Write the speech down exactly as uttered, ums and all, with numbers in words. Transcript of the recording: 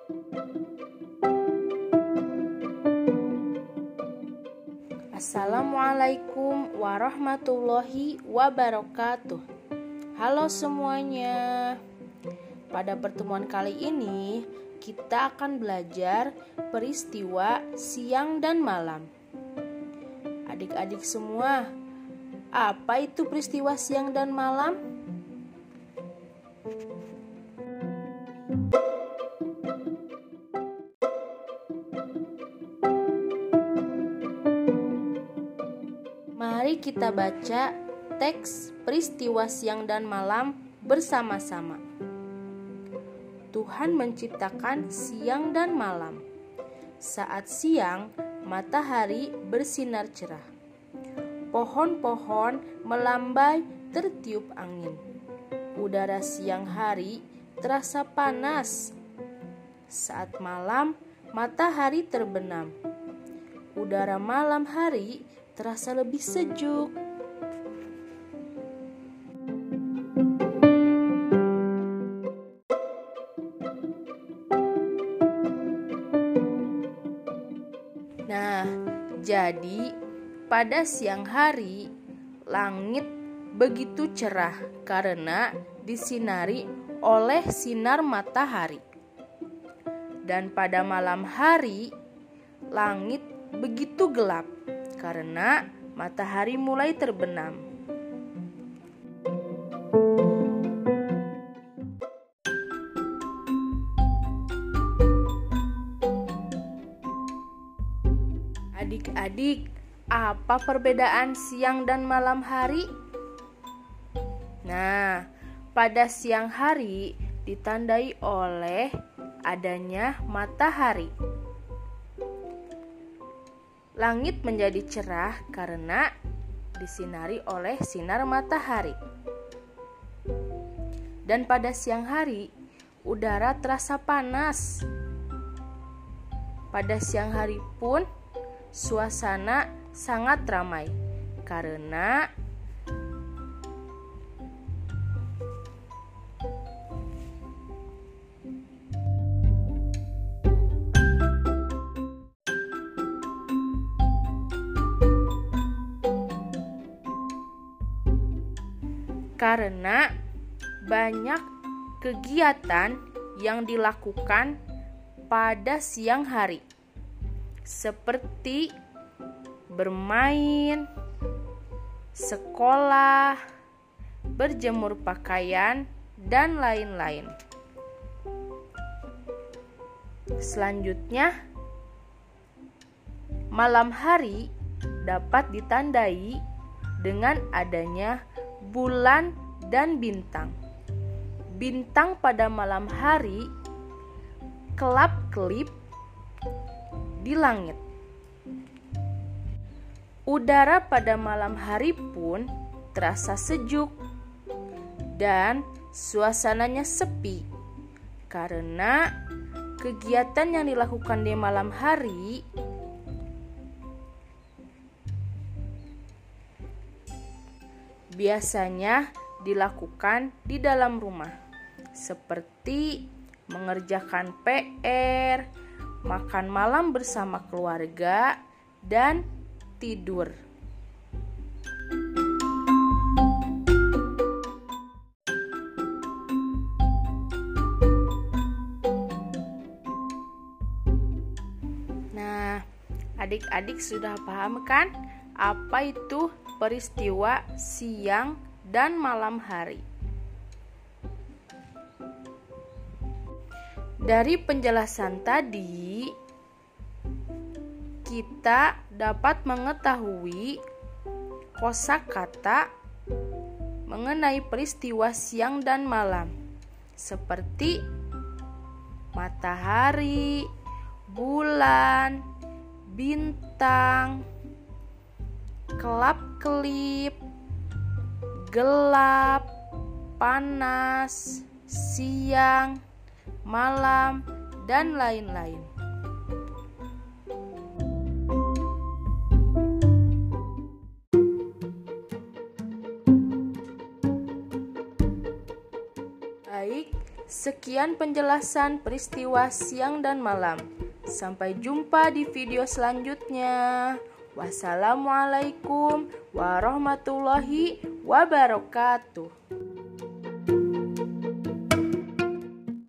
Assalamualaikum warahmatullahi wabarakatuh. Halo semuanya. Pada pertemuan kali ini kita akan belajar peristiwa siang dan malam. Adik-adik semua, apa itu peristiwa siang dan malam? Mari kita baca teks peristiwa siang dan malam bersama-sama. Tuhan menciptakan siang dan malam. Saat siang, matahari bersinar cerah. Pohon-pohon melambai tertiup angin. Udara siang hari terasa panas. Saat malam, matahari terbenam. Udara malam hari terasa lebih sejuk. Nah, jadi pada siang hari langit begitu cerah karena disinari oleh sinar matahari. Dan pada malam hari langit begitu gelap karena matahari mulai terbenam. Adik-adik, apa perbedaan siang dan malam hari? Nah, pada siang hari ditandai oleh adanya matahari. Langit menjadi cerah karena disinari oleh sinar matahari. Dan pada siang hari, udara terasa panas. Pada siang hari pun, suasana sangat ramai karena karena banyak kegiatan yang dilakukan pada siang hari, seperti bermain, sekolah, berjemur pakaian, dan lain-lain. Selanjutnya, malam hari dapat ditandai dengan adanya bulan dan bintang. Bintang pada malam hari kelap-kelip di langit. Udara pada malam hari pun terasa sejuk dan suasananya sepi karena kegiatan yang dilakukan di malam hari biasanya dilakukan di dalam rumah, seperti mengerjakan P R, makan malam bersama keluarga, dan tidur. Nah, adik-adik sudah paham kan apa itu peristiwa siang dan malam hari? Dari penjelasan tadi, kita dapat mengetahui kosakata mengenai peristiwa siang dan malam, seperti matahari, bulan, bintang, kelap-kelip, gelap, panas, siang, malam, dan lain-lain. Sekian penjelasan peristiwa siang dan malam. Sampai jumpa di video selanjutnya. Wassalamualaikum warahmatullahi wabarakatuh.